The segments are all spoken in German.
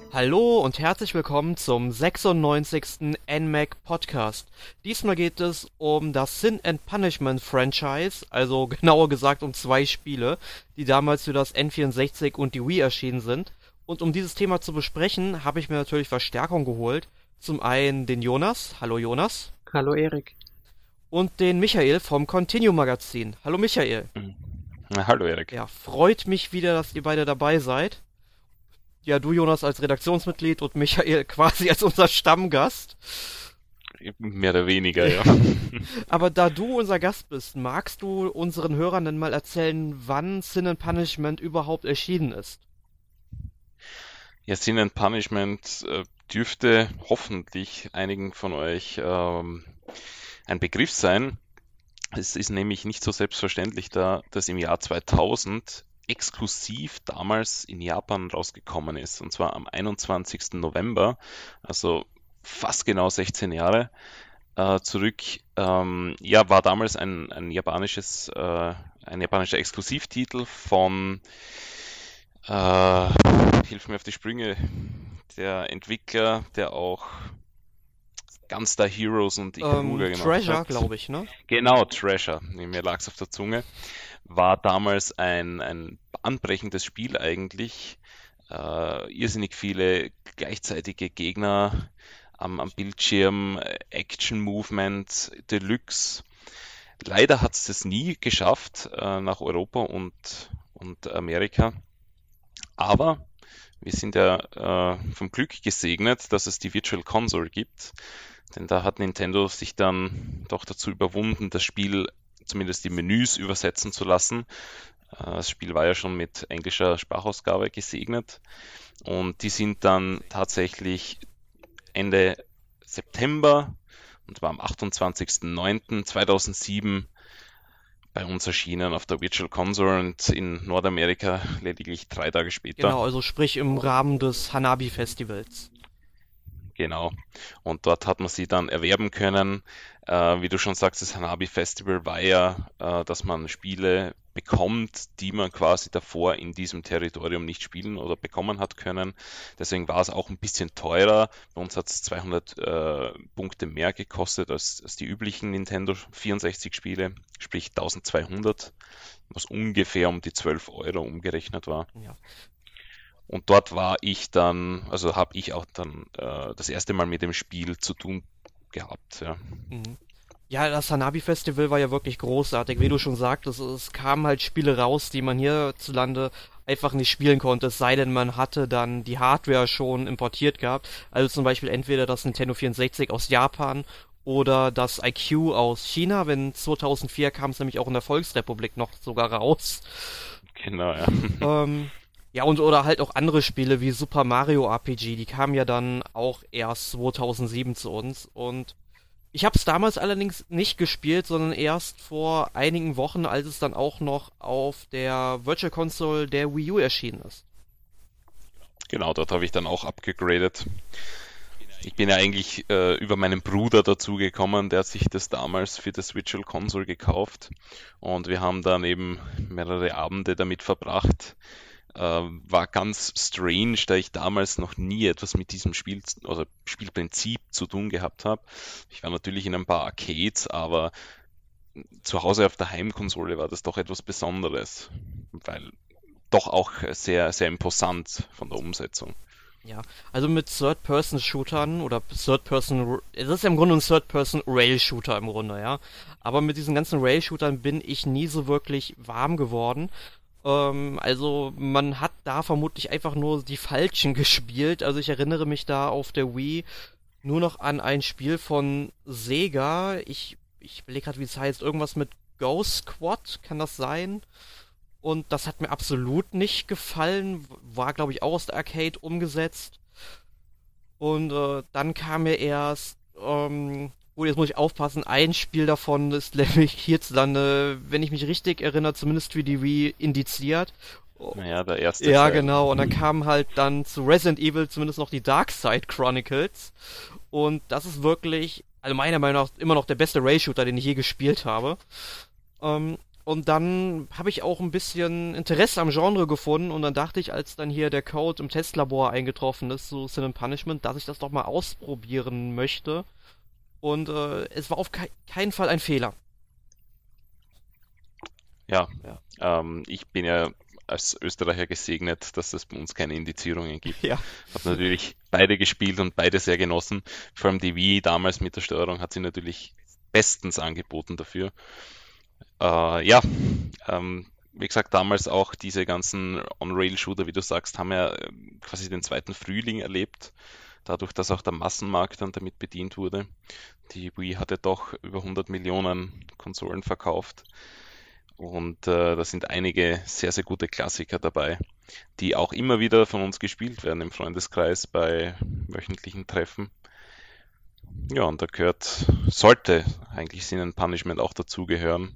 Hallo und herzlich willkommen zum 96. NMAC Podcast. Diesmal geht es um das Sin and Punishment Franchise, also genauer gesagt um zwei Spiele, die damals für das N64 und die Wii erschienen sind. Und um dieses Thema zu besprechen, habe ich mir natürlich Verstärkung geholt. Zum einen den Jonas. Hallo Jonas. Hallo Erik. Und den Michael vom Continue Magazin. Hallo Michael. Hallo Erik. Ja, freut mich wieder, dass ihr beide dabei seid. Ja, du Jonas als Redaktionsmitglied und Michael quasi als unser Stammgast. Mehr oder weniger, ja. Aber da du unser Gast bist, magst du unseren Hörern denn mal erzählen, wann Sin and Punishment überhaupt erschienen ist? Ja, Sin and Punishment dürfte hoffentlich einigen von euch ein Begriff sein. Es ist nämlich nicht so selbstverständlich, da das im Jahr 2000 exklusiv damals in Japan rausgekommen ist. Und zwar am 21. November, also fast genau 16 Jahre zurück. War damals ein japanischer Exklusivtitel von, hilf mir auf die Sprünge, der Entwickler, der auch Gunstar Heroes und Ikaruga gemacht Treasure, hat. glaube ich, ne? Genau, Treasure. Mir lag es auf der Zunge. War damals ein anbrechendes Spiel eigentlich. Irrsinnig viele gleichzeitige Gegner am Bildschirm, Action Movement Deluxe. Leider hat es das nie geschafft nach Europa und Amerika. Aber wir sind ja vom Glück gesegnet, dass es die Virtual Console gibt. Denn da hat Nintendo sich dann doch dazu überwunden, das Spiel, zumindest die Menüs, übersetzen zu lassen. Das Spiel war ja schon mit englischer Sprachausgabe gesegnet. Und die sind dann tatsächlich Ende September, und zwar am 28.09.2007, bei uns erschienen auf der Virtual Console und in Nordamerika lediglich 3 Tage später. Genau, also sprich im Rahmen des Hanabi Festivals. Genau. Und dort hat man sie dann erwerben können. Wie du schon sagst, das Hanabi Festival war ja, dass man Spiele bekommt, die man quasi davor in diesem Territorium nicht spielen oder bekommen hat können. Deswegen war es auch ein bisschen teurer. Bei uns hat es 200 Punkte mehr gekostet als die üblichen Nintendo 64 Spiele, sprich 1200, was ungefähr um die 12 Euro umgerechnet war. Ja. Und dort war ich dann, also habe ich auch dann das erste Mal mit dem Spiel zu tun gehabt. Ja. Ja, das Hanabi Festival war ja wirklich großartig. Wie du schon sagtest, es kamen halt Spiele raus, die man hierzulande einfach nicht spielen konnte, es sei denn, man hatte dann die Hardware schon importiert gehabt. Also zum Beispiel entweder das Nintendo 64 aus Japan oder das IQ aus China. Wenn 2004 kam es nämlich auch in der Volksrepublik noch sogar raus. Genau, ja. Ja, und oder halt auch andere Spiele wie Super Mario RPG, die kamen ja dann auch erst 2007 zu uns. Und ich habe es damals allerdings nicht gespielt, sondern erst vor einigen Wochen, als es dann auch noch auf der Virtual Console der Wii U erschienen ist. Genau, dort habe ich dann auch abgegradet. Ich bin ja eigentlich über meinen Bruder dazugekommen, der hat sich das damals für das Virtual Console gekauft. Und wir haben dann eben mehrere Abende damit verbracht. War ganz strange, da ich damals noch nie etwas mit diesem Spiel oder Spielprinzip zu tun gehabt habe. Ich war natürlich in ein paar Arcades, aber zu Hause auf der Heimkonsole war das doch etwas Besonderes, weil doch auch sehr, sehr imposant von der Umsetzung. Ja, also mit Third-Person-Shootern oder Third-Person, es ist ja im Grunde ein Third-Person-Rail-Shooter im Grunde, ja. Aber mit diesen ganzen Rail-Shootern bin ich nie so wirklich warm geworden. Also man hat da vermutlich einfach nur die falschen gespielt. Also ich erinnere mich da auf der Wii nur noch an ein Spiel von Sega. Ich überlege gerade, wie es heißt. Irgendwas mit Ghost Squad, kann das sein? Und das hat mir absolut nicht gefallen. War, glaube ich, auch aus der Arcade umgesetzt. Und dann kam mir erst, jetzt muss ich aufpassen, ein Spiel davon ist nämlich hierzulande, wenn ich mich richtig erinnere, zumindest für die Wii indiziert. Naja, der erste Ja, Teil. genau. Und dann kam halt dann zu Resident Evil zumindest noch die Dark Side Chronicles. Und das ist wirklich, also meiner Meinung nach, immer noch der beste Rail-Shooter, den ich je gespielt habe. Und dann habe ich auch ein bisschen Interesse am Genre gefunden und dann dachte ich, als dann hier der Code im Testlabor eingetroffen ist, so Sin and Punishment, dass ich das doch mal ausprobieren möchte. Und es war auf keinen Fall ein Fehler. Ja, ich bin ja als Österreicher gesegnet, dass es bei uns keine Indizierungen gibt. Ja. Habe natürlich beide gespielt und beide sehr genossen. Vor allem die Wii damals mit der Steuerung hat sie natürlich bestens angeboten dafür. Ja, wie gesagt, damals auch diese ganzen On-Rail-Shooter, wie du sagst, haben ja quasi den zweiten Frühling erlebt, dadurch, dass auch der Massenmarkt dann damit bedient wurde. Die Wii hatte doch über 100 Millionen Konsolen verkauft und da sind einige sehr, sehr gute Klassiker dabei, die auch immer wieder von uns gespielt werden im Freundeskreis bei wöchentlichen Treffen. Ja, und sollte eigentlich Sin and Punishment auch dazugehören.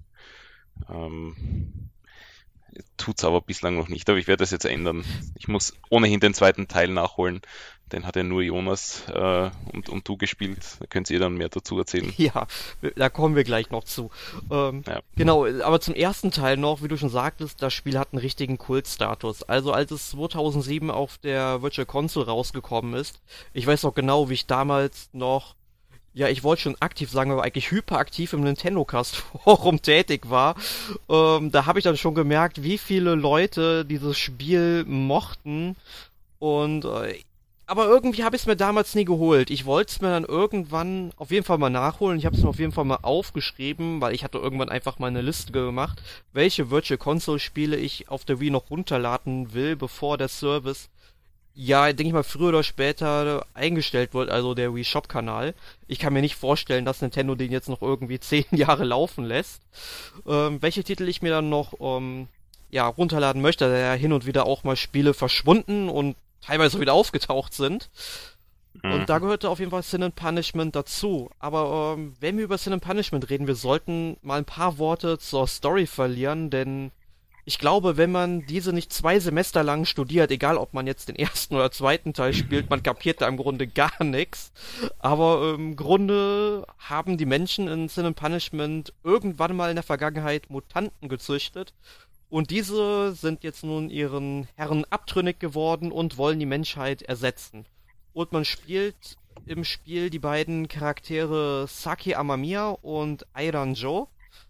Tut's aber bislang noch nicht, aber ich werde das jetzt ändern. Ich muss ohnehin den zweiten Teil nachholen. Den hat ja nur Jonas und du gespielt. Da könnt ihr dann mehr dazu erzählen. Ja, da kommen wir gleich noch zu. Ja. Genau, aber zum ersten Teil noch, wie du schon sagtest, das Spiel hat einen richtigen Kultstatus. Also als es 2007 auf der Virtual Console rausgekommen ist, ich weiß noch genau, wie ich damals noch, ja, ich wollte schon aktiv sagen, aber eigentlich hyperaktiv im Nintendo-Cast Forum tätig war. Da habe ich dann schon gemerkt, wie viele Leute dieses Spiel mochten und aber irgendwie habe ich es mir damals nie geholt. Ich wollte es mir dann irgendwann auf jeden Fall mal nachholen. Ich habe es mir auf jeden Fall mal aufgeschrieben, weil ich hatte irgendwann einfach mal eine Liste gemacht, welche Virtual Console Spiele ich auf der Wii noch runterladen will, bevor der Service, ja, denke ich mal, früher oder später eingestellt wird, also der Wii Shop Kanal. Ich kann mir nicht vorstellen, dass Nintendo den jetzt noch irgendwie 10 Jahre laufen lässt. Welche Titel ich mir dann noch ja, runterladen möchte, da ja hin und wieder auch mal Spiele verschwunden und teilweise wieder aufgetaucht sind. Und da gehörte auf jeden Fall Sin and Punishment dazu. Aber wenn wir über Sin and Punishment reden, wir sollten mal ein paar Worte zur Story verlieren, denn ich glaube, wenn man diese nicht 2 Semester lang studiert, egal ob man jetzt den ersten oder zweiten Teil spielt, man kapiert da im Grunde gar nichts. Aber im Grunde haben die Menschen in Sin and Punishment irgendwann mal in der Vergangenheit Mutanten gezüchtet. Und diese sind jetzt nun ihren Herren abtrünnig geworden und wollen die Menschheit ersetzen. Und man spielt im Spiel die beiden Charaktere Saki Amamiya und Airan Joe.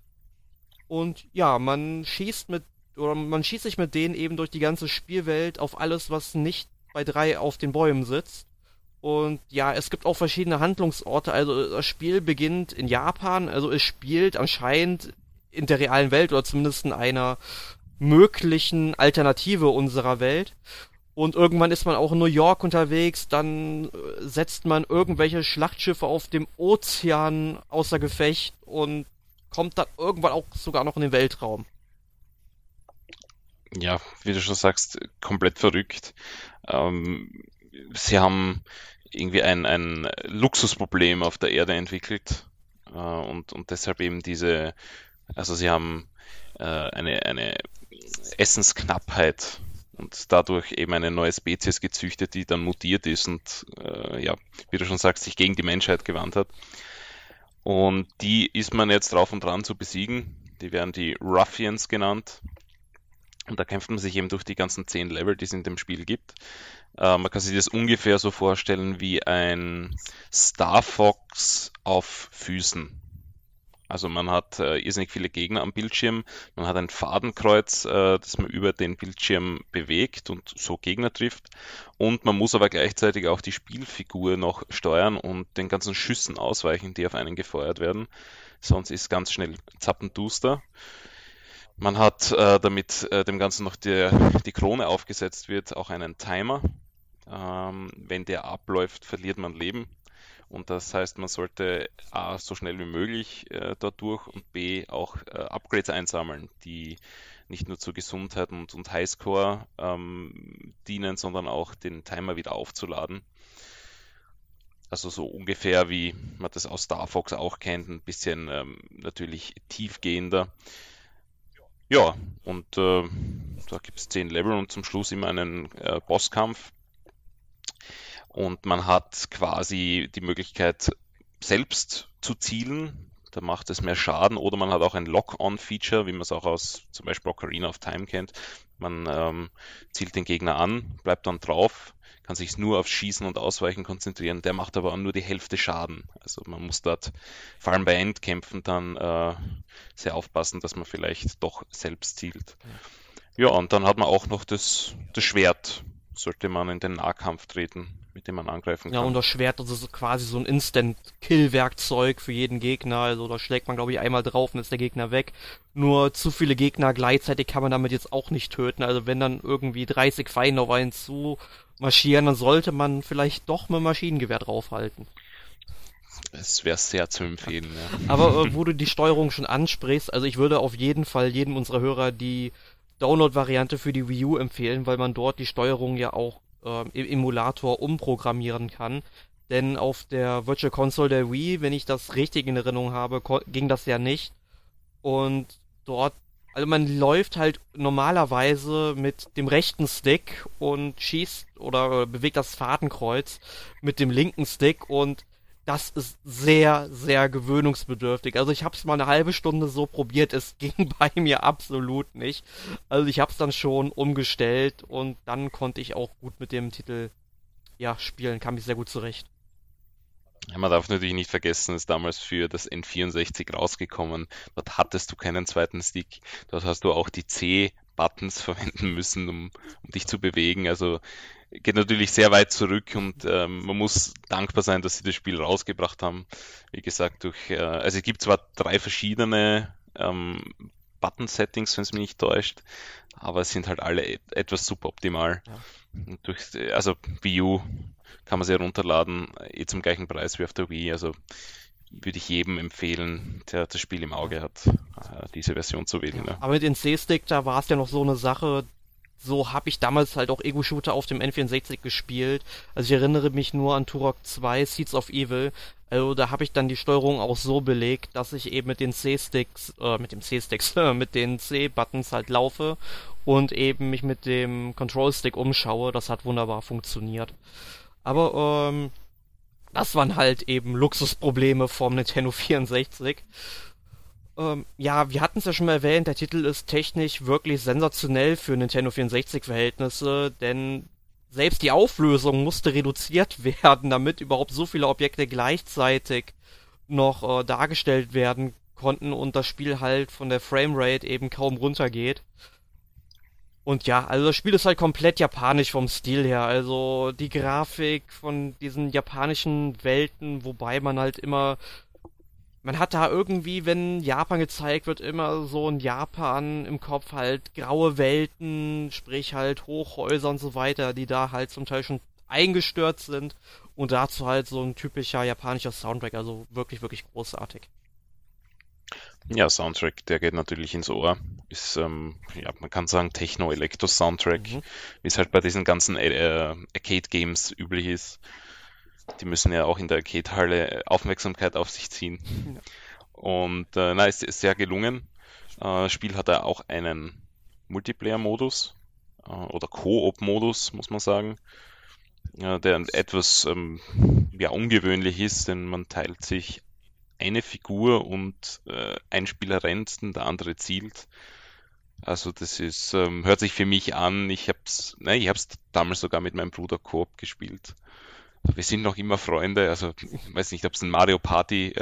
Und ja, man schießt sich mit denen eben durch die ganze Spielwelt auf alles, was nicht bei 3 auf den Bäumen sitzt. Und ja, es gibt auch verschiedene Handlungsorte. Also das Spiel beginnt in Japan, also es spielt anscheinend in der realen Welt oder zumindest in einer möglichen Alternative unserer Welt. Und irgendwann ist man auch in New York unterwegs, dann setzt man irgendwelche Schlachtschiffe auf dem Ozean außer Gefecht und kommt dann irgendwann auch sogar noch in den Weltraum. Ja, wie du schon sagst, komplett verrückt. Sie haben irgendwie ein Luxusproblem auf der Erde entwickelt und deshalb eben also sie haben eine Essensknappheit und dadurch eben eine neue Spezies gezüchtet, die dann mutiert ist und ja, wie du schon sagst, sich gegen die Menschheit gewandt hat. Und die ist man jetzt drauf und dran zu besiegen. Die werden die Ruffians genannt. Und da kämpft man sich eben durch die ganzen 10 Level, die es in dem Spiel gibt. Man kann sich das ungefähr so vorstellen wie ein Star Fox auf Füßen. Also man hat irrsinnig viele Gegner am Bildschirm, man hat ein Fadenkreuz, das man über den Bildschirm bewegt und so Gegner trifft. Und man muss aber gleichzeitig auch die Spielfigur noch steuern und den ganzen Schüssen ausweichen, die auf einen gefeuert werden. Sonst ist ganz schnell zappenduster. Man hat, damit dem Ganzen noch die Krone aufgesetzt wird, auch einen Timer. Wenn der abläuft, verliert man Leben. Und das heißt, man sollte A, so schnell wie möglich dort durch und B, auch Upgrades einsammeln, die nicht nur zur Gesundheit und Highscore dienen, sondern auch den Timer wieder aufzuladen. Also so ungefähr wie man das aus Star Fox auch kennt, ein bisschen natürlich tiefgehender. Ja, und da gibt es 10 Level und zum Schluss immer einen Bosskampf. Und man hat quasi die Möglichkeit, selbst zu zielen. da macht es mehr Schaden. Oder man hat auch ein Lock-on-Feature, wie man es auch aus zum Beispiel Ocarina of Time kennt. Man zielt den Gegner an, bleibt dann drauf, kann sich nur auf Schießen und Ausweichen konzentrieren. Der macht aber auch nur die Hälfte Schaden. Also man muss dort, vor allem bei Endkämpfen, dann sehr aufpassen, dass man vielleicht doch selbst zielt. Ja, und dann hat man auch noch das Schwert, sollte man in den Nahkampf treten, mit dem man angreifen Ja, kann. und das Schwert, das ist quasi so ein Instant-Kill-Werkzeug für jeden Gegner. Also da schlägt man, glaube ich, einmal drauf und ist der Gegner weg. Nur zu viele Gegner gleichzeitig kann man damit jetzt auch nicht töten. Also wenn dann irgendwie 30 Feinde auf einen zu marschieren, dann sollte man vielleicht doch mit dem Maschinengewehr draufhalten. Es wäre sehr zu empfehlen, ja. Aber wo du die Steuerung schon ansprichst, also ich würde auf jeden Fall jedem unserer Hörer die Download-Variante für die Wii U empfehlen, weil man dort die Steuerung ja auch im Emulator umprogrammieren kann. Denn auf der Virtual Console der Wii, wenn ich das richtig in Erinnerung habe, ging das ja nicht. Und dort, also man läuft halt normalerweise mit dem rechten Stick und schießt oder bewegt das Fadenkreuz mit dem linken Stick und das ist sehr, sehr gewöhnungsbedürftig. Also ich habe es mal eine halbe Stunde so probiert, es ging bei mir absolut nicht. Also ich habe es dann schon umgestellt und dann konnte ich auch gut mit dem Titel ja spielen, kam ich sehr gut zurecht. Ja, man darf natürlich nicht vergessen, ist damals für das N64 rausgekommen. Dort hattest du keinen zweiten Stick. Dort hast du auch die C-Buttons verwenden müssen, um dich zu bewegen. Also geht natürlich sehr weit zurück und man muss dankbar sein, dass sie das Spiel rausgebracht haben. Wie gesagt, also es gibt zwar 3 verschiedene Button-Settings, wenn es mich nicht täuscht, aber es sind halt alle etwas suboptimal. Ja. Und also Wii U kann man sie herunterladen, zum gleichen Preis wie auf der Wii. Also würde ich jedem empfehlen, der das Spiel im Auge hat, diese Version zu wählen. Ja. Aber mit dem C-Stick, da war es ja noch so eine Sache, so habe ich damals halt auch Ego-Shooter auf dem N64 gespielt. Also ich erinnere mich nur an Turok 2, Seeds of Evil. Also da habe ich dann die Steuerung auch so belegt, dass ich eben mit den mit den C-Buttons halt laufe und eben mich mit dem Control-Stick umschaue. Das hat wunderbar funktioniert. Aber das waren halt eben Luxusprobleme vom Nintendo 64. Ja, wir hatten es ja schon mal erwähnt, der Titel ist technisch wirklich sensationell für Nintendo 64-Verhältnisse, denn selbst die Auflösung musste reduziert werden, damit überhaupt so viele Objekte gleichzeitig noch dargestellt werden konnten und das Spiel halt von der Framerate eben kaum runtergeht. Und ja, also das Spiel ist halt komplett japanisch vom Stil her. Also die Grafik von diesen japanischen Welten, wobei man halt immer, man hat da irgendwie, wenn Japan gezeigt wird, immer so ein Japan im Kopf, halt graue Welten, sprich halt Hochhäuser und so weiter, die da halt zum Teil schon eingestürzt sind. Und dazu halt so ein typischer japanischer Soundtrack, also wirklich, wirklich großartig. Ja, Soundtrack, der geht natürlich ins Ohr. Ist, ja, man kann sagen Techno-Elektro-Soundtrack, wie es halt bei diesen ganzen Arcade-Games üblich ist. Die müssen ja auch in der Arcade-Halle Aufmerksamkeit auf sich ziehen. Ja. Und ist sehr gelungen. Das Spiel hat ja auch einen Multiplayer-Modus oder Koop-Modus, muss man sagen, der etwas ja, ungewöhnlich ist, denn man teilt sich eine Figur und ein Spieler rennt und der andere zielt. Also das ist, hört sich für mich an, ich hab's damals sogar mit meinem Bruder Koop gespielt. Wir sind noch immer Freunde, also ich weiß nicht, ob es ein Mario Party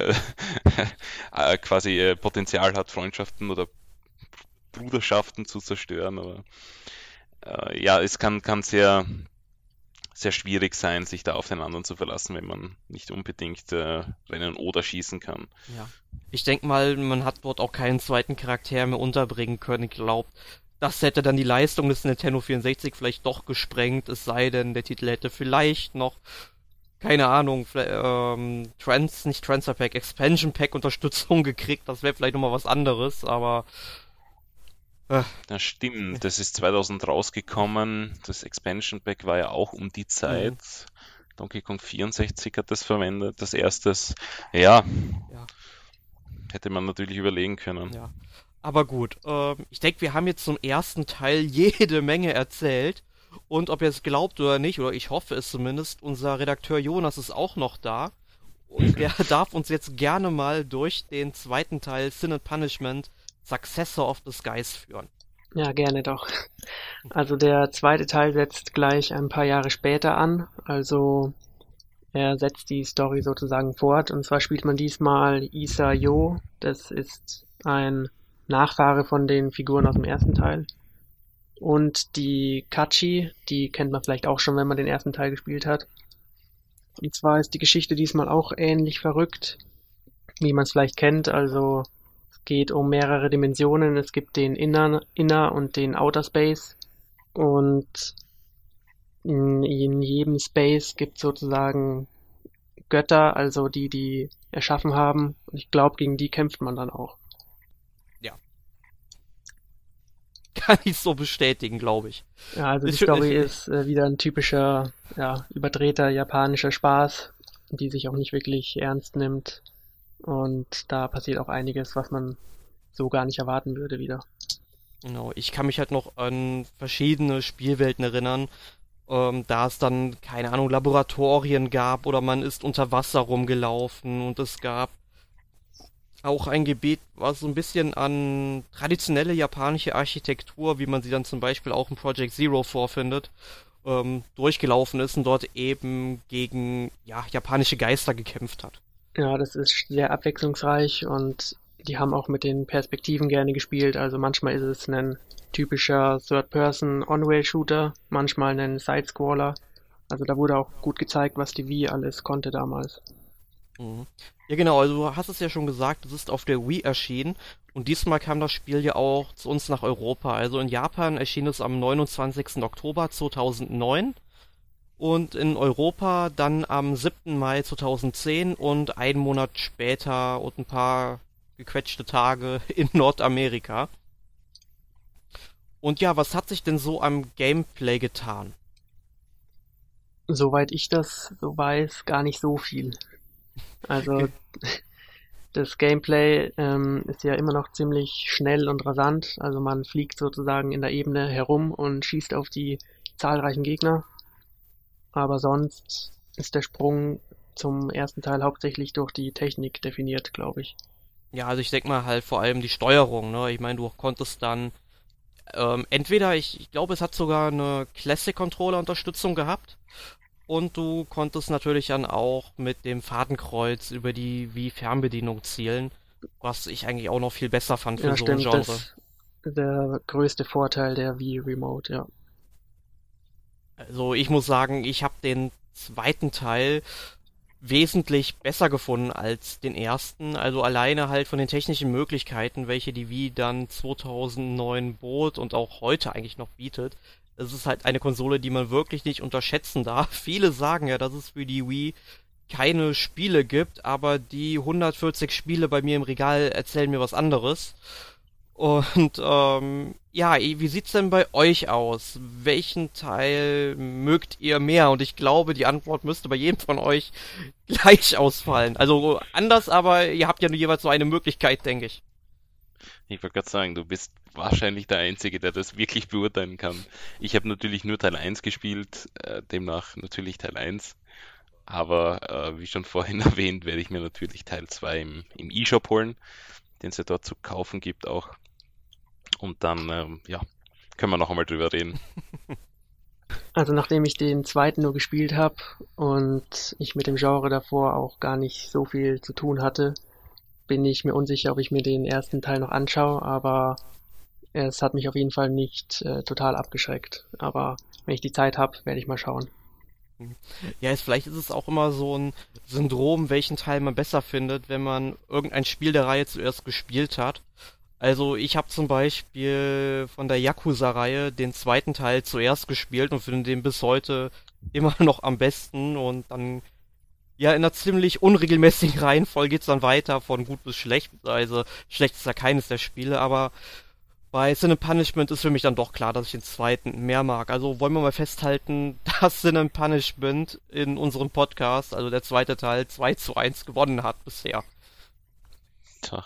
quasi Potenzial hat, Freundschaften oder Bruderschaften zu zerstören, aber ja, es kann sehr, sehr schwierig sein, sich da auf den anderen zu verlassen, wenn man nicht unbedingt rennen oder schießen kann. Ja. Ich denke mal, man hat dort auch keinen zweiten Charakter mehr unterbringen können. Ich glaube, das hätte dann die Leistung des Nintendo 64 vielleicht doch gesprengt, es sei denn, der Titel hätte vielleicht noch, keine Ahnung, nicht Transfer Pack, Expansion Pack Unterstützung gekriegt. Das wäre vielleicht nochmal was anderes, aber Das stimmt, das ist 2000 rausgekommen. Das Expansion Pack war ja auch um die Zeit. Donkey Kong 64 hat das verwendet, das erstes. Ja, ja. hätte man natürlich überlegen können. Ja. Aber gut, ich denke, wir haben jetzt zum ersten Teil jede Menge erzählt. Und ob ihr es glaubt oder nicht, oder ich hoffe es zumindest, unser Redakteur Jonas ist auch noch da. Und der darf uns jetzt gerne mal durch den zweiten Teil Sin and Punishment Successor of Disguise führen. Ja, gerne doch. Also der zweite Teil setzt gleich ein paar Jahre später an. Also er setzt die Story sozusagen fort. Und zwar spielt man diesmal Issa Yo. Das ist ein Nachfahre von den Figuren aus dem ersten Teil. Und die Kachi, die kennt man vielleicht auch schon, wenn man den ersten Teil gespielt hat. Und zwar ist die Geschichte diesmal auch ähnlich verrückt, wie man es vielleicht kennt. Also es geht um mehrere Dimensionen. Es gibt den Inner und den Outer Space. Und in jedem Space gibt es sozusagen Götter, also die erschaffen haben. Und ich glaube, gegen die kämpft man dann auch. Ja. Kann ich so bestätigen, glaube ich. Ja, also die Story ist wieder ein typischer, ja, überdrehter japanischer Spaß, die sich auch nicht wirklich ernst nimmt. Und da passiert auch einiges, was man so gar nicht erwarten würde wieder. Genau, ich kann mich halt noch an verschiedene Spielwelten erinnern, da es dann, keine Ahnung, Laboratorien gab oder man ist unter Wasser rumgelaufen und es gab auch ein Gebiet, was so ein bisschen an traditionelle japanische Architektur, wie man sie dann zum Beispiel auch in Project Zero vorfindet, durchgelaufen ist und dort eben gegen, ja, japanische Geister gekämpft hat. Ja, das ist sehr abwechslungsreich und die haben auch mit den Perspektiven gerne gespielt. Also manchmal ist es ein typischer Third-Person-On-Rail-Shooter, manchmal ein Side-Scroller. Also da wurde auch gut gezeigt, was die Wii alles konnte damals. Mhm. Ja genau, also du hast es ja schon gesagt, es ist auf der Wii erschienen und diesmal kam das Spiel ja auch zu uns nach Europa. Also in Japan erschien es am 29. Oktober 2009 und in Europa dann am 7. Mai 2010 und einen Monat später und ein paar gequetschte Tage in Nordamerika. Und ja, was hat sich denn so am Gameplay getan? Soweit ich das so weiß, gar nicht so viel. Also das Gameplay ist ja immer noch ziemlich schnell und rasant. Also man fliegt sozusagen in der Ebene herum und schießt auf die zahlreichen Gegner. Aber sonst ist der Sprung zum ersten Teil hauptsächlich durch die Technik definiert, glaube ich. Ja, also ich denke mal halt vor allem die Steuerung, ne? Ich meine, du konntest dann entweder, ich glaube, es hat sogar eine Classic-Controller-Unterstützung gehabt und du konntest natürlich dann auch mit dem Fadenkreuz über die Wii-Fernbedienung zielen, was ich eigentlich auch noch viel besser fand für Ja, so ein stimmt, Genre. das ist der größte Vorteil der Wii Remote, ja. Also ich muss sagen, ich habe den zweiten Teil wesentlich besser gefunden als den ersten. Also alleine halt von den technischen Möglichkeiten, welche die Wii dann 2009 bot und auch heute eigentlich noch bietet. Es ist halt eine Konsole, die man wirklich nicht unterschätzen darf. Viele sagen ja, dass es für die Wii keine Spiele gibt, aber die 140 Spiele bei mir im Regal erzählen mir was anderes. Und ja, wie sieht's denn bei euch aus? Welchen Teil mögt ihr mehr? Und ich glaube, die Antwort müsste bei jedem von euch gleich ausfallen. Also anders, aber ihr habt ja nur jeweils so eine Möglichkeit, denke ich. Ich wollte gerade sagen, du bist wahrscheinlich der Einzige, der das wirklich beurteilen kann. Ich habe natürlich nur Teil 1 gespielt, demnach natürlich Teil 1. Aber wie schon vorhin erwähnt, werde ich mir natürlich Teil 2 im eShop holen, den es ja dort zu kaufen gibt auch. Und dann, ja, können wir noch einmal drüber reden. Also nachdem ich den zweiten nur gespielt habe und ich mit dem Genre davor auch gar nicht so viel zu tun hatte, bin ich mir unsicher, ob ich mir den ersten Teil noch anschaue, aber es hat mich auf jeden Fall nicht total abgeschreckt. Aber wenn ich die Zeit habe, werde ich mal schauen. Ja, vielleicht ist es auch immer so ein Syndrom, welchen Teil man besser findet, wenn man irgendein Spiel der Reihe zuerst gespielt hat. Also ich habe zum Beispiel von der Yakuza-Reihe den zweiten Teil zuerst gespielt und finde den bis heute immer noch am besten und dann ja in einer ziemlich unregelmäßigen Reihenfolge geht's dann weiter von gut bis schlecht. Also schlecht ist ja keines der Spiele, aber bei Sin and Punishment ist für mich dann doch klar, dass ich den zweiten mehr mag. Also wollen wir mal festhalten, dass Sin and Punishment in unserem Podcast, also der zweite Teil, 2:1 gewonnen hat bisher. Tja,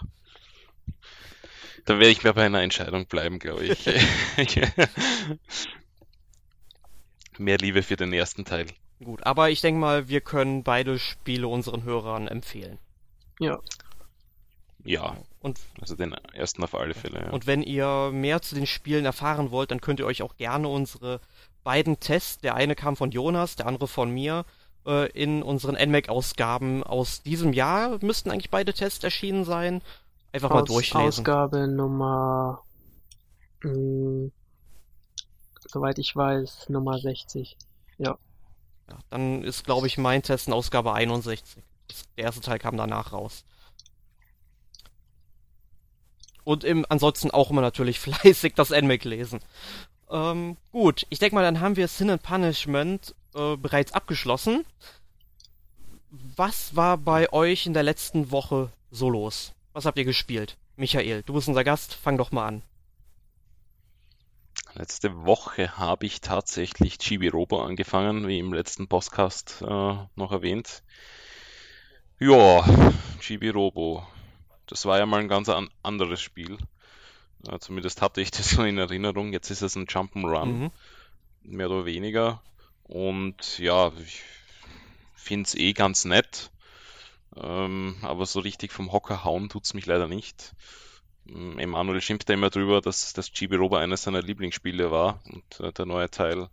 dann werde ich mir bei einer Entscheidung bleiben, glaube ich. Mehr Liebe für den ersten Teil. Gut, aber ich denke mal, wir können beide Spiele unseren Hörern empfehlen. Ja. Ja, Und, also den ersten auf alle Fälle. Ja. und wenn ihr mehr zu den Spielen erfahren wollt, dann könnt ihr euch auch gerne unsere beiden Tests, der eine kam von Jonas, der andere von mir, in unseren NMAC-Ausgaben aus diesem Jahr, müssten eigentlich beide Tests erschienen sein, einfach mal durchlesen. Ausgabe Nummer, soweit ich weiß, Nummer 60. Ja. Ja, dann ist, glaube ich, mein Test in Ausgabe 61. Der erste Teil kam danach raus. Und ansonsten auch immer natürlich fleißig das NMAC lesen. Gut, ich denke mal, dann haben wir Sin and Punishment bereits abgeschlossen. Was war bei euch in der letzten Woche so los? Was habt ihr gespielt? Michael, du bist unser Gast, fang doch mal an. Letzte Woche habe ich tatsächlich Chibi Robo angefangen, wie im letzten Podcast noch erwähnt. Ja, Chibi Robo. Das war ja mal ein ganz anderes Spiel. Zumindest hatte ich das so in Erinnerung. Jetzt ist es ein Jump'n'Run, mehr oder weniger. Und ja, ich finde es ganz nett. Aber so richtig vom Hocker hauen tut's mich leider nicht. Emanuel schimpft ja immer drüber, dass das Chibi Robo eines seiner Lieblingsspiele war und der neue Teil.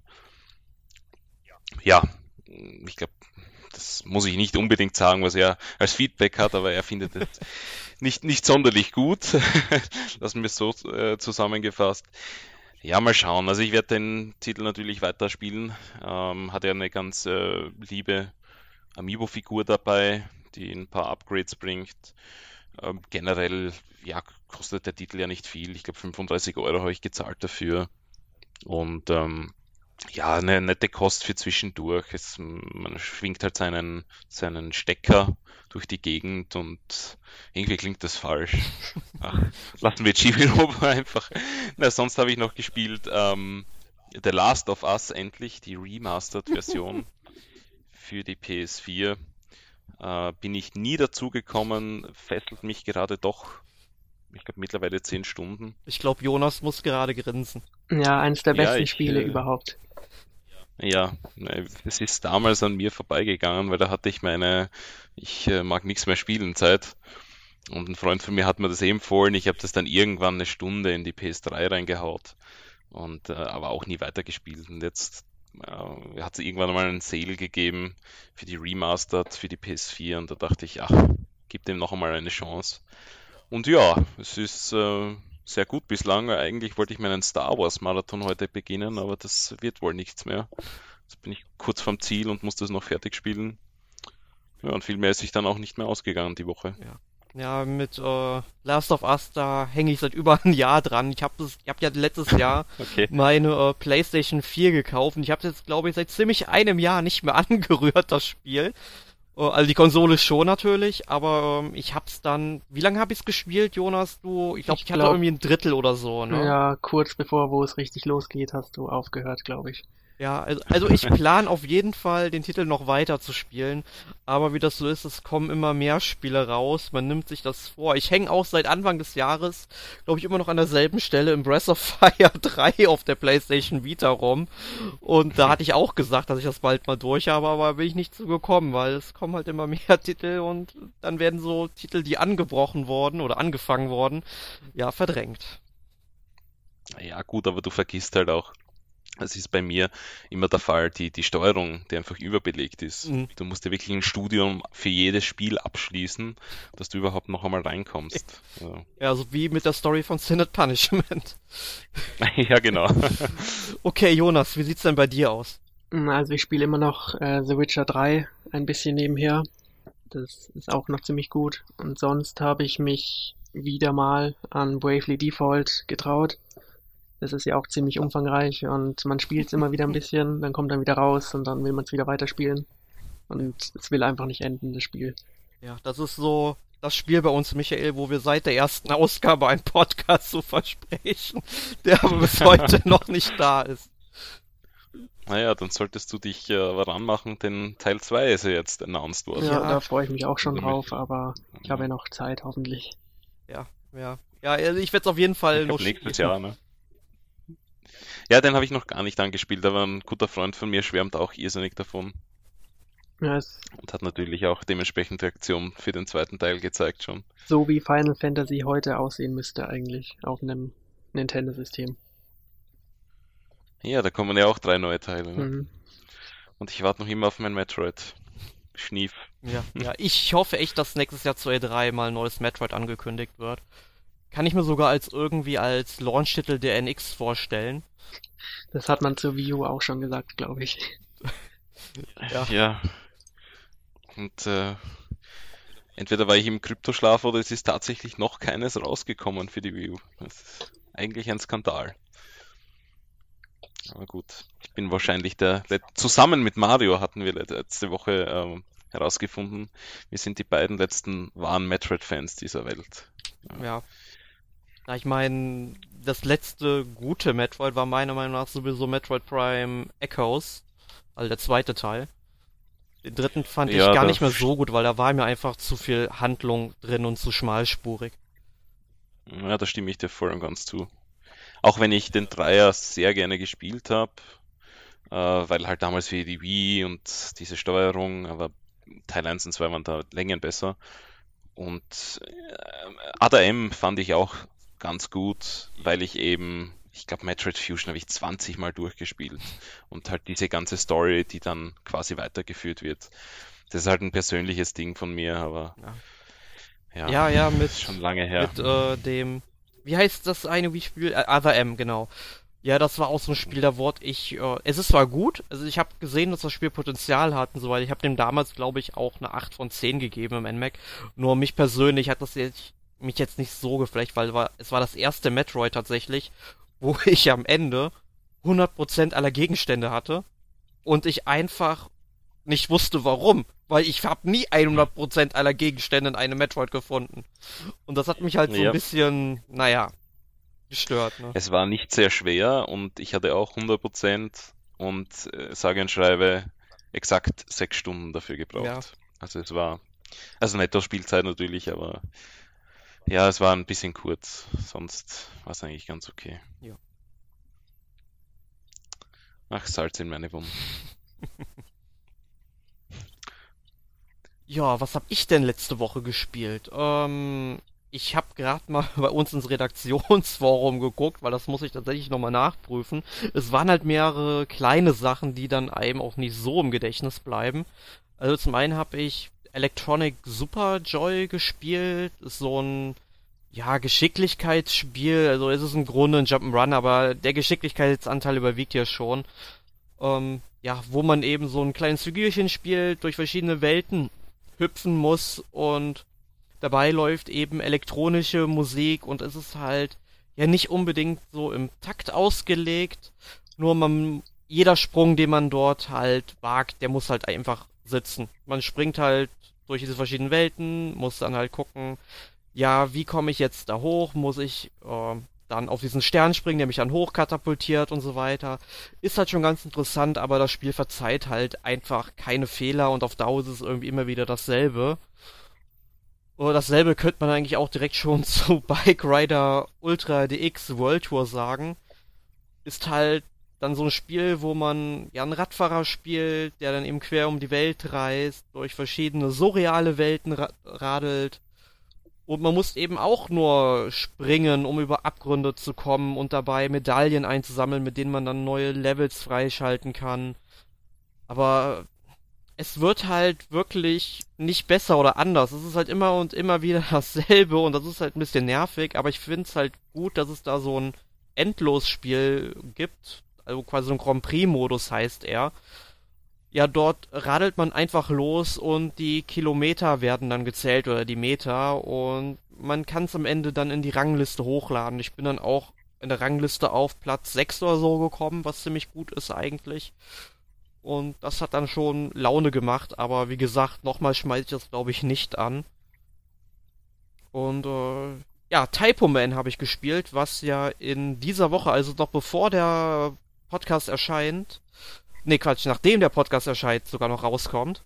Ja, ich glaube, das muss ich nicht unbedingt sagen, was er als Feedback hat, aber er findet es nicht sonderlich gut. Das mir so zusammengefasst. Ja, mal schauen. Also ich werde den Titel natürlich weiterspielen. Hat ja eine ganz liebe Amiibo-Figur dabei, die ein paar Upgrades bringt. Generell, ja, kostet der Titel ja nicht viel. Ich glaube 35 Euro habe ich gezahlt dafür. Und ja, eine nette Kost für zwischendurch. Man schwingt halt seinen Stecker durch die Gegend und irgendwie klingt das falsch. Ach, lassen wir Chibi Robo einfach. Na, sonst habe ich noch gespielt The Last of Us, endlich die Remastered-Version für die PS4. Bin ich nie dazu gekommen, fesselt mich gerade doch, ich glaube mittlerweile 10 Stunden. Ich glaube, Jonas muss gerade grinsen. Ja, eines der besten ich, Spiele überhaupt. Ja, es ist damals an mir vorbeigegangen, weil da hatte ich ich mag nichts mehr spielen Zeit. Und ein Freund von mir hat mir das empfohlen. Ich habe das dann irgendwann eine Stunde in die PS3 reingehaut und aber auch nie weitergespielt. Und jetzt hat es irgendwann mal einen Sale gegeben für die Remastered, für die PS4 und da dachte ich, ach, gib dem noch einmal eine Chance. Und ja, es ist sehr gut bislang. Eigentlich wollte ich meinen Star Wars Marathon heute beginnen, aber das wird wohl nichts mehr. Jetzt bin ich kurz vorm Ziel und muss das noch fertig spielen. Ja, und viel mehr ist sich dann auch nicht mehr ausgegangen die Woche. Ja, mit Last of Us, da hänge ich seit über ein Jahr dran. Ich hab ja letztes Jahr Okay. meine PlayStation 4 gekauft und ich habe jetzt, glaube ich, seit ziemlich einem Jahr nicht mehr angerührt, das Spiel. Also die Konsole schon natürlich, aber ich hab's dann... Wie lange hab ich's gespielt, Jonas? Ich hatte irgendwie ein Drittel oder so, ne? Ja, kurz bevor, wo es richtig losgeht, hast du aufgehört, glaube ich. Ja, also ich plane auf jeden Fall, den Titel noch weiter zu spielen, aber wie das so ist, es kommen immer mehr Spiele raus, man nimmt sich das vor. Ich hänge auch seit Anfang des Jahres, glaube ich, immer noch an derselben Stelle im Breath of Fire 3 auf der PlayStation Vita rum und da hatte ich auch gesagt, dass ich das bald mal durch habe, aber bin ich nicht zu gekommen, weil es kommen halt immer mehr Titel und dann werden so Titel, die angebrochen wurden oder angefangen wurden, ja, verdrängt. Ja, gut, aber du vergisst halt auch, das ist bei mir immer der Fall, die Steuerung, die einfach überbelegt ist. Mhm. Du musst ja wirklich ein Studium für jedes Spiel abschließen, dass du überhaupt noch einmal reinkommst. Ja, so wie mit der Story von Sin and Punishment. Ja, genau. Okay, Jonas, wie sieht's denn bei dir aus? Also ich spiele immer noch The Witcher 3 ein bisschen nebenher. Das ist auch noch ziemlich gut. Und sonst habe ich mich wieder mal an Bravely Default getraut. Das ist ja auch ziemlich umfangreich und man spielt es immer wieder ein bisschen, dann kommt dann wieder raus und dann will man es wieder weiterspielen. Und es will einfach nicht enden, das Spiel. Ja, das ist so das Spiel bei uns, Michael, wo wir seit der ersten Ausgabe einen Podcast so versprechen, der aber bis heute noch nicht da ist. Naja, dann solltest du dich ranmachen, denn Teil 2 ist ja jetzt announced worden. Ja, Ja. da freue ich mich auch schon Also drauf, aber ich habe ja noch Zeit, hoffentlich. Ja. Ja, also ich werde es auf jeden Fall Ich noch glaub, nächstes spielen. Jahr, ne? Ja, den habe ich noch gar nicht angespielt, aber ein guter Freund von mir schwärmt auch irrsinnig davon. Ja, ist und hat natürlich auch dementsprechend Reaktion für den zweiten Teil gezeigt schon. so wie Final Fantasy heute aussehen müsste eigentlich auf einem Nintendo-System. Ja, da kommen ja auch 3 neue Teile, ne? Mhm. Und ich warte noch immer auf mein Metroid. Schnief. Ja, ich hoffe echt, dass nächstes Jahr zur E3 mal ein neues Metroid angekündigt wird. Kann ich mir sogar als Launch-Titel der NX vorstellen. Das hat man zur Wii U auch schon gesagt, glaube ich. Ja. Ja. Und entweder war ich im Kryptoschlaf oder es ist tatsächlich noch keines rausgekommen für die Wii U. Das ist eigentlich ein Skandal. Aber gut, ich bin wahrscheinlich zusammen mit Mario hatten wir letzte Woche herausgefunden, wir sind die beiden letzten wahren Metroid-Fans dieser Welt. Ja. Na, ich meine, das letzte gute Metroid war meiner Meinung nach sowieso Metroid Prime Echoes, also der zweite Teil. Den dritten fand ich Ja, gar da nicht mehr so gut, weil da war mir einfach zu viel Handlung drin und zu schmalspurig. Ja, da stimme ich dir voll und ganz zu. Auch wenn ich den Dreier sehr gerne gespielt habe, weil halt damals für die Wii und diese Steuerung, aber Teil 1 und 2 waren da Längen besser. Und Other M fand ich auch ganz gut, weil ich glaube, Metroid Fusion habe ich 20 Mal durchgespielt. Und halt diese ganze Story, die dann quasi weitergeführt wird. Das ist halt ein persönliches Ding von mir, aber Ja, ist schon lange her. wie heißt das eine Wii-Spiel? Other M, genau. Ja, das war auch so ein Spiel, da wurde es ist zwar gut, also ich habe gesehen, dass das Spiel Potenzial hat und so weiter. Ich habe dem damals, glaube ich, auch eine 8 von 10 gegeben im NMAC. Nur mich persönlich hat mich jetzt nicht so geflecht, weil es war das erste Metroid tatsächlich, wo ich am Ende 100% aller Gegenstände hatte und ich einfach nicht wusste warum, weil ich habe nie 100% aller Gegenstände in einem Metroid gefunden. Und das hat mich halt so ein Ja. bisschen, naja, gestört, ne? Es war nicht sehr schwer und ich hatte auch 100% und sage und schreibe exakt 6 Stunden dafür gebraucht. Ja. Also Netto-Spielzeit natürlich, aber ja, es war ein bisschen kurz. Sonst war es eigentlich ganz okay. Ja. Ach, Salz in meine Wunden. Ja, was hab ich denn letzte Woche gespielt? Ich habe gerade mal bei uns ins Redaktionsforum geguckt, weil das muss ich tatsächlich nochmal nachprüfen. Es waren halt mehrere kleine Sachen, die dann einem auch nicht so im Gedächtnis bleiben. Also zum einen habe ich Electronic Super Joy gespielt. Ist so ein, ja, Geschicklichkeitsspiel. Also es ist im Grunde ein Jump'n'Run, aber der Geschicklichkeitsanteil überwiegt ja schon. Ja, wo man eben so ein kleines Figürchen spielt, durch verschiedene Welten hüpfen muss und dabei läuft eben elektronische Musik und es ist halt ja nicht unbedingt so im Takt ausgelegt, nur jeder Sprung, den man dort halt wagt, der muss halt einfach sitzen. Man springt halt durch diese verschiedenen Welten, muss dann halt gucken, ja, wie komme ich jetzt da hoch, muss ich dann auf diesen Stern springen, der mich dann hochkatapultiert und so weiter. Ist halt schon ganz interessant, aber das Spiel verzeiht halt einfach keine Fehler und auf Dauer ist es irgendwie immer wieder dasselbe. Oder dasselbe könnte man eigentlich auch direkt schon zu Bike Rider Ultra DX World Tour sagen. Ist halt dann so ein Spiel, wo man ja einen Radfahrer spielt, der dann eben quer um die Welt reist, durch verschiedene surreale Welten radelt. Und man muss eben auch nur springen, um über Abgründe zu kommen und dabei Medaillen einzusammeln, mit denen man dann neue Levels freischalten kann. Aber es wird halt wirklich nicht besser oder anders. Es ist halt immer und immer wieder dasselbe und das ist halt ein bisschen nervig, aber ich finde es halt gut, dass es da so ein Endlosspiel gibt. Also quasi so ein Grand Prix-Modus heißt er. Ja, dort radelt man einfach los und die Kilometer werden dann gezählt oder die Meter und man kann es am Ende dann in die Rangliste hochladen. Ich bin dann auch in der Rangliste auf Platz 6 oder so gekommen, was ziemlich gut ist eigentlich. Und das hat dann schon Laune gemacht, aber wie gesagt, nochmal schmeiße ich das glaube ich nicht an. Und ja, Typo Man habe ich gespielt, was ja in dieser Woche, also noch bevor der Podcast erscheint, nee, Quatsch, nachdem der Podcast erscheint, sogar noch rauskommt.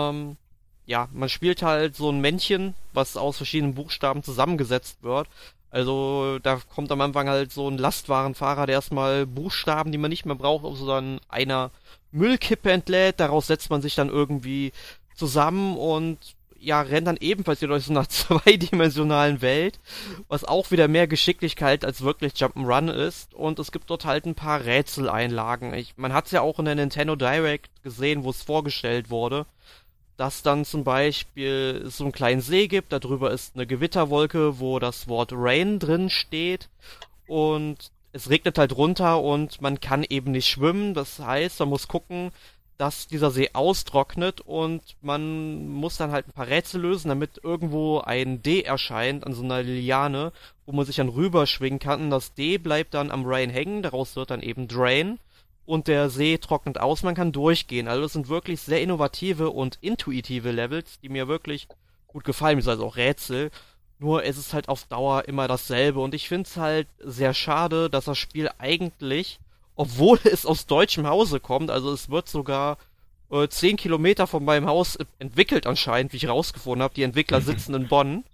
Ja, man spielt halt so ein Männchen, was aus verschiedenen Buchstaben zusammengesetzt wird. Also da kommt am Anfang halt so ein Lastwagenfahrer, der erstmal Buchstaben, die man nicht mehr braucht, auf so dann einer Müllkippe entlädt. Daraus setzt man sich dann irgendwie zusammen und ja, rennt dann ebenfalls wieder durch so einer zweidimensionalen Welt, was auch wieder mehr Geschicklichkeit als wirklich Jump'n'Run ist. Und es gibt dort halt ein paar Rätseleinlagen. Man hat es ja auch in der Nintendo Direct gesehen, wo es vorgestellt wurde, dass dann zum Beispiel es so einen kleinen See gibt, darüber ist eine Gewitterwolke, wo das Wort Rain drin steht und es regnet halt runter und man kann eben nicht schwimmen. Das heißt, man muss gucken, dass dieser See austrocknet und man muss dann halt ein paar Rätsel lösen, damit irgendwo ein D erscheint an so einer Liane, wo man sich dann rüberschwingen kann. Und das D bleibt dann am Rain hängen, daraus wird dann eben Drain und der See trocknet aus, man kann durchgehen. Also es sind wirklich sehr innovative und intuitive Levels, die mir wirklich gut gefallen, also auch Rätsel. Nur es ist halt auf Dauer immer dasselbe und ich finde es halt sehr schade, dass das Spiel eigentlich, obwohl es aus deutschem Hause kommt, also es wird sogar 10 Kilometer von meinem Haus entwickelt anscheinend, wie ich rausgefunden habe. Die Entwickler sitzen in Bonn.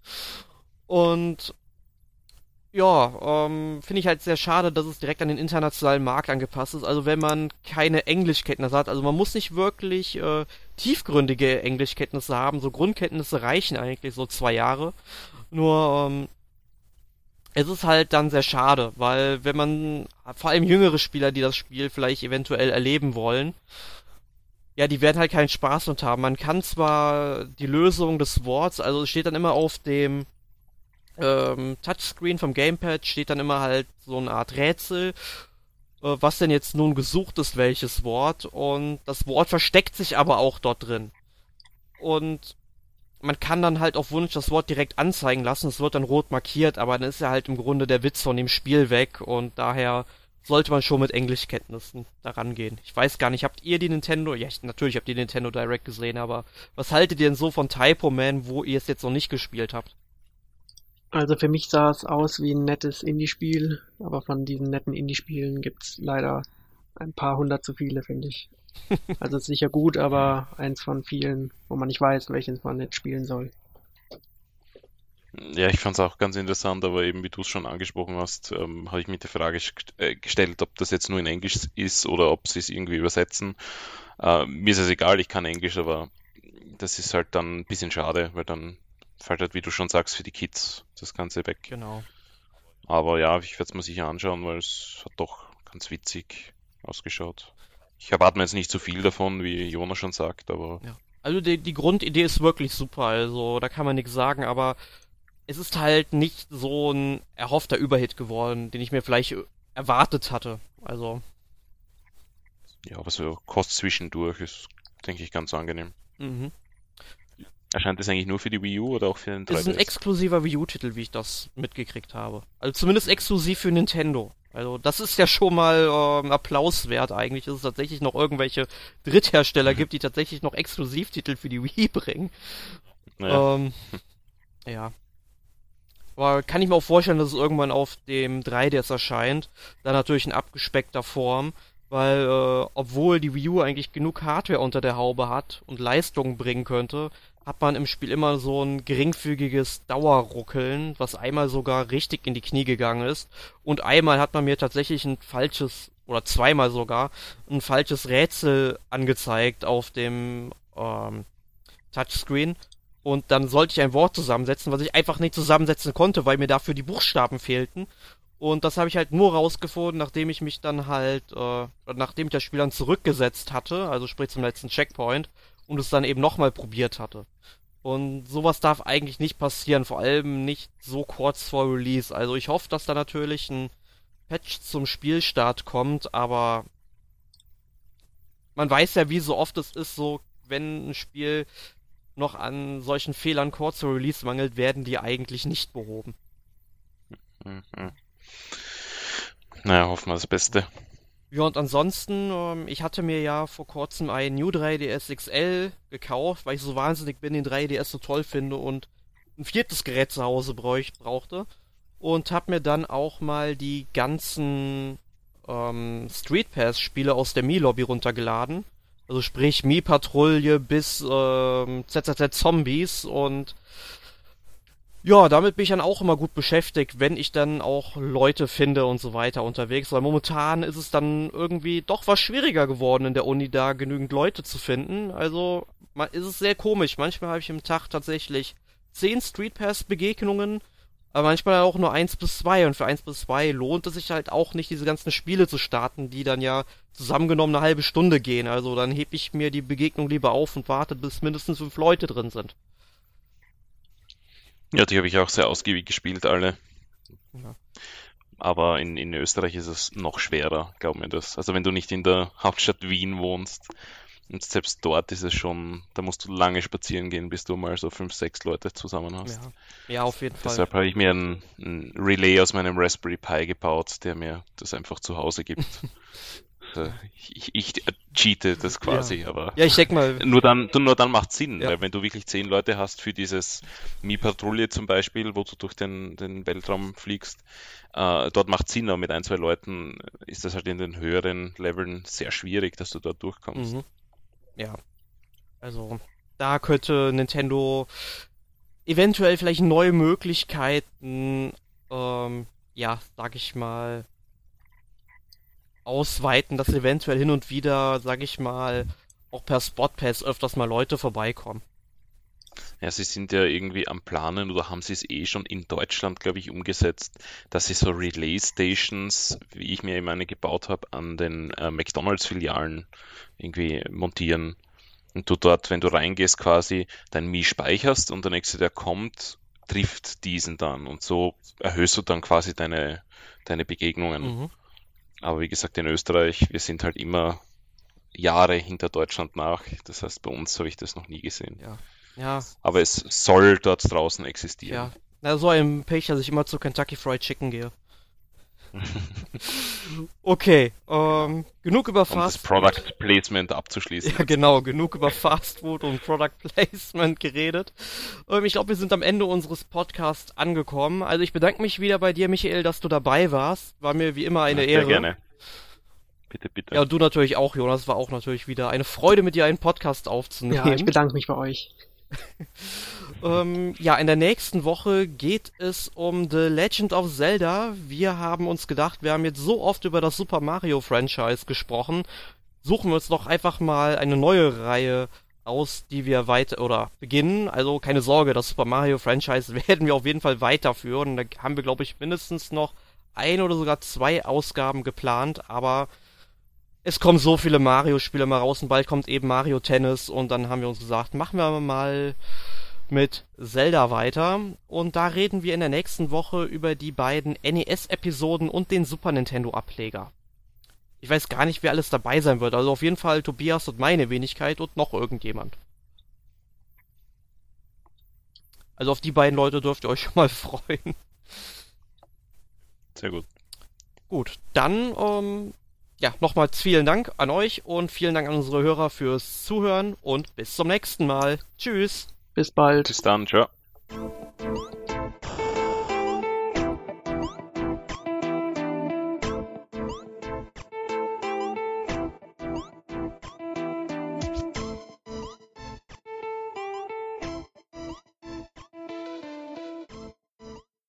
Und ja, finde ich halt sehr schade, dass es direkt an den internationalen Markt angepasst ist. Also wenn man keine Englischkenntnisse hat, also man muss nicht wirklich tiefgründige Englischkenntnisse haben, so Grundkenntnisse reichen eigentlich so 2 Jahre. Nur es ist halt dann sehr schade, weil wenn man, vor allem jüngere Spieler, die das Spiel vielleicht eventuell erleben wollen, ja, die werden halt keinen Spaß mit haben. Man kann zwar die Lösung des Worts, also es steht dann immer auf dem Touchscreen vom Gamepad, steht dann immer halt so eine Art Rätsel, was denn jetzt nun gesucht ist, welches Wort, und das Wort versteckt sich aber auch dort drin. Und man kann dann halt auf Wunsch das Wort direkt anzeigen lassen, es wird dann rot markiert, aber dann ist ja halt im Grunde der Witz von dem Spiel weg und daher sollte man schon mit Englischkenntnissen daran gehen. Ich weiß gar nicht, habt ihr die Nintendo, ja, natürlich habt ihr die Nintendo Direct gesehen, aber was haltet ihr denn so von Typo Man, wo ihr es jetzt noch nicht gespielt habt? Also für mich sah es aus wie ein nettes Indie-Spiel, aber von diesen netten Indie-Spielen gibt's leider ein paar hundert zu viele, finde ich. Also es ist sicher gut, aber eins von vielen, wo man nicht weiß, welches man jetzt spielen soll. Ja, ich fand es auch ganz interessant, aber eben wie du es schon angesprochen hast, habe ich mir die Frage gestellt, ob das jetzt nur in Englisch ist oder ob sie es irgendwie übersetzen. Mir ist es egal, ich kann Englisch, aber das ist halt dann ein bisschen schade, weil dann fällt halt, wie du schon sagst, für die Kids das Ganze weg. Genau. Aber ja, ich werde es mir sicher anschauen, weil es hat doch ganz witzig ausgeschaut. Ich erwarte mir jetzt nicht so viel davon, wie Jonas schon sagt, aber Ja. Also die Grundidee ist wirklich super, also da kann man nichts sagen, aber es ist halt nicht so ein erhoffter Überhit geworden, den ich mir vielleicht erwartet hatte. Also, ja, aber so Kost zwischendurch ist, denke ich, ganz angenehm. mhm. Erscheint das eigentlich nur für die Wii U oder auch für den Es ist ein 3DS? exklusiver Wii U-Titel, wie ich das mitgekriegt habe. Also zumindest exklusiv für Nintendo. Also das ist ja schon mal Applaus wert eigentlich, dass es tatsächlich noch irgendwelche Dritthersteller gibt, die tatsächlich noch Exklusivtitel für die Wii bringen. Naja, Ja. Aber kann ich mir auch vorstellen, dass es irgendwann auf dem 3DS erscheint. Dann natürlich in abgespeckter Form, weil obwohl die Wii U eigentlich genug Hardware unter der Haube hat und Leistungen bringen könnte, hat man im Spiel immer so ein geringfügiges Dauerruckeln, was einmal sogar richtig in die Knie gegangen ist. Und einmal hat man mir tatsächlich ein falsches, oder zweimal sogar, ein falsches Rätsel angezeigt auf dem Touchscreen. Und dann sollte ich ein Wort zusammensetzen, was ich einfach nicht zusammensetzen konnte, weil mir dafür die Buchstaben fehlten. Und das habe ich halt nur rausgefunden, nachdem ich mich dann halt, nachdem ich das Spiel dann zurückgesetzt hatte, also sprich zum letzten Checkpoint, und es dann eben nochmal probiert hatte. Und sowas darf eigentlich nicht passieren, vor allem nicht so kurz vor Release. Also ich hoffe, dass da natürlich ein Patch zum Spielstart kommt, aber man weiß ja, wie so oft es ist, so wenn ein Spiel noch an solchen Fehlern kurz vor Release mangelt, werden die eigentlich nicht behoben. mhm. Naja, hoffen wir das Beste. Ja, und ansonsten, ich hatte mir ja vor kurzem einen New 3DS XL gekauft, weil ich so wahnsinnig bin, den 3DS so toll finde und ein viertes Gerät zu Hause brauchte. Und hab mir dann auch mal die ganzen Street Pass-Spiele aus der Mii-Lobby runtergeladen. Also sprich Mii-Patrouille bis ZZZ Zombies und Ja, damit bin ich dann auch immer gut beschäftigt, wenn ich dann auch Leute finde und so weiter unterwegs, weil momentan ist es dann irgendwie doch was schwieriger geworden in der Uni, da genügend Leute zu finden. Also ist es sehr komisch. Manchmal habe ich im Tag tatsächlich 10 Street Pass Begegnungen, aber manchmal auch nur 1 bis 2. Und für 1 bis 2 lohnt es sich halt auch nicht, diese ganzen Spiele zu starten, die dann ja zusammengenommen eine halbe Stunde gehen. Also dann hebe ich mir die Begegnung lieber auf und warte, bis mindestens 5 Leute drin sind. Ja, die habe ich auch sehr ausgiebig gespielt, alle. Ja. Aber in Österreich ist es noch schwerer, glaub mir das. Also wenn du nicht in der Hauptstadt Wien wohnst, und selbst dort ist es schon, da musst du lange spazieren gehen, bis du mal so 5, 6 Leute zusammen hast. Ja, ja, auf jeden Fall. Deshalb habe ich mir ein Relay aus meinem Raspberry Pi gebaut, der mir das einfach zu Hause gibt. Ich cheate das quasi, aber Ja, ich denke mal, nur dann macht Sinn, Ja. weil wenn du wirklich 10 Leute hast für dieses Mi-Patrouille zum Beispiel, wo du durch den Weltraum fliegst, dort macht Sinn, aber mit 1, 2 Leuten ist das halt in den höheren Leveln sehr schwierig, dass du dort durchkommst. Ja, also da könnte Nintendo eventuell vielleicht neue Möglichkeiten, ja, sag ich mal, ausweiten, dass eventuell hin und wieder, sag ich mal, auch per Spotpass öfters mal Leute vorbeikommen. Ja, sie sind ja irgendwie am Planen oder haben sie es eh schon in Deutschland, glaube ich, umgesetzt, dass sie so Relay Stations, wie ich mir eben eine gebaut habe, an den McDonalds-Filialen irgendwie montieren. Und du dort, wenn du reingehst, quasi dein Mi speicherst und der nächste, der kommt, trifft diesen dann. Und so erhöhst du dann quasi deine Begegnungen. Mhm. Aber wie gesagt, in Österreich, wir sind halt immer Jahre hinter Deutschland nach. Das heißt, bei uns habe ich das noch nie gesehen. Ja. Ja, Aber es soll dort draußen existieren. ja. Na, so ein Pech, dass ich immer zu Kentucky Fried Chicken gehe. Okay, genug über Um das Fast Food. Product Placement abzuschließen. Ja, genau, genug über Fast Food und Product Placement geredet. Ich glaube, wir sind am Ende unseres Podcasts angekommen. Also ich bedanke mich wieder bei dir, Michael, dass du dabei warst. War mir wie immer eine Sehr Ehre. gerne. Bitte, bitte. Ja, und du natürlich auch, Jonas. War auch natürlich wieder eine Freude, mit dir einen Podcast Ja, ich aufzunehmen. bedanke mich bei euch. Ja, in der nächsten Woche geht es um The Legend of Zelda. Wir haben uns gedacht, wir haben jetzt so oft über das Super Mario Franchise gesprochen. Suchen wir uns doch einfach mal eine neue Reihe aus, die wir weiter oder beginnen. Also keine Sorge, das Super Mario Franchise werden wir auf jeden Fall weiterführen. Da haben wir, glaube ich, mindestens noch 1 oder sogar 2 Ausgaben geplant, aber es kommen so viele Mario-Spiele mal raus und bald kommt eben Mario Tennis und dann haben wir uns gesagt, machen wir mal mit Zelda weiter und da reden wir in der nächsten Woche über die beiden NES-Episoden und den Super Nintendo-Ableger. Ich weiß gar nicht, wer alles dabei sein wird, also auf jeden Fall Tobias und meine Wenigkeit und noch irgendjemand. Also auf die beiden Leute dürft ihr euch schon mal freuen. Sehr gut. Gut, dann ja, nochmals vielen Dank an euch und vielen Dank an unsere Hörer fürs Zuhören und bis zum nächsten Mal. Tschüss. Bis bald. Bis dann. Ciao.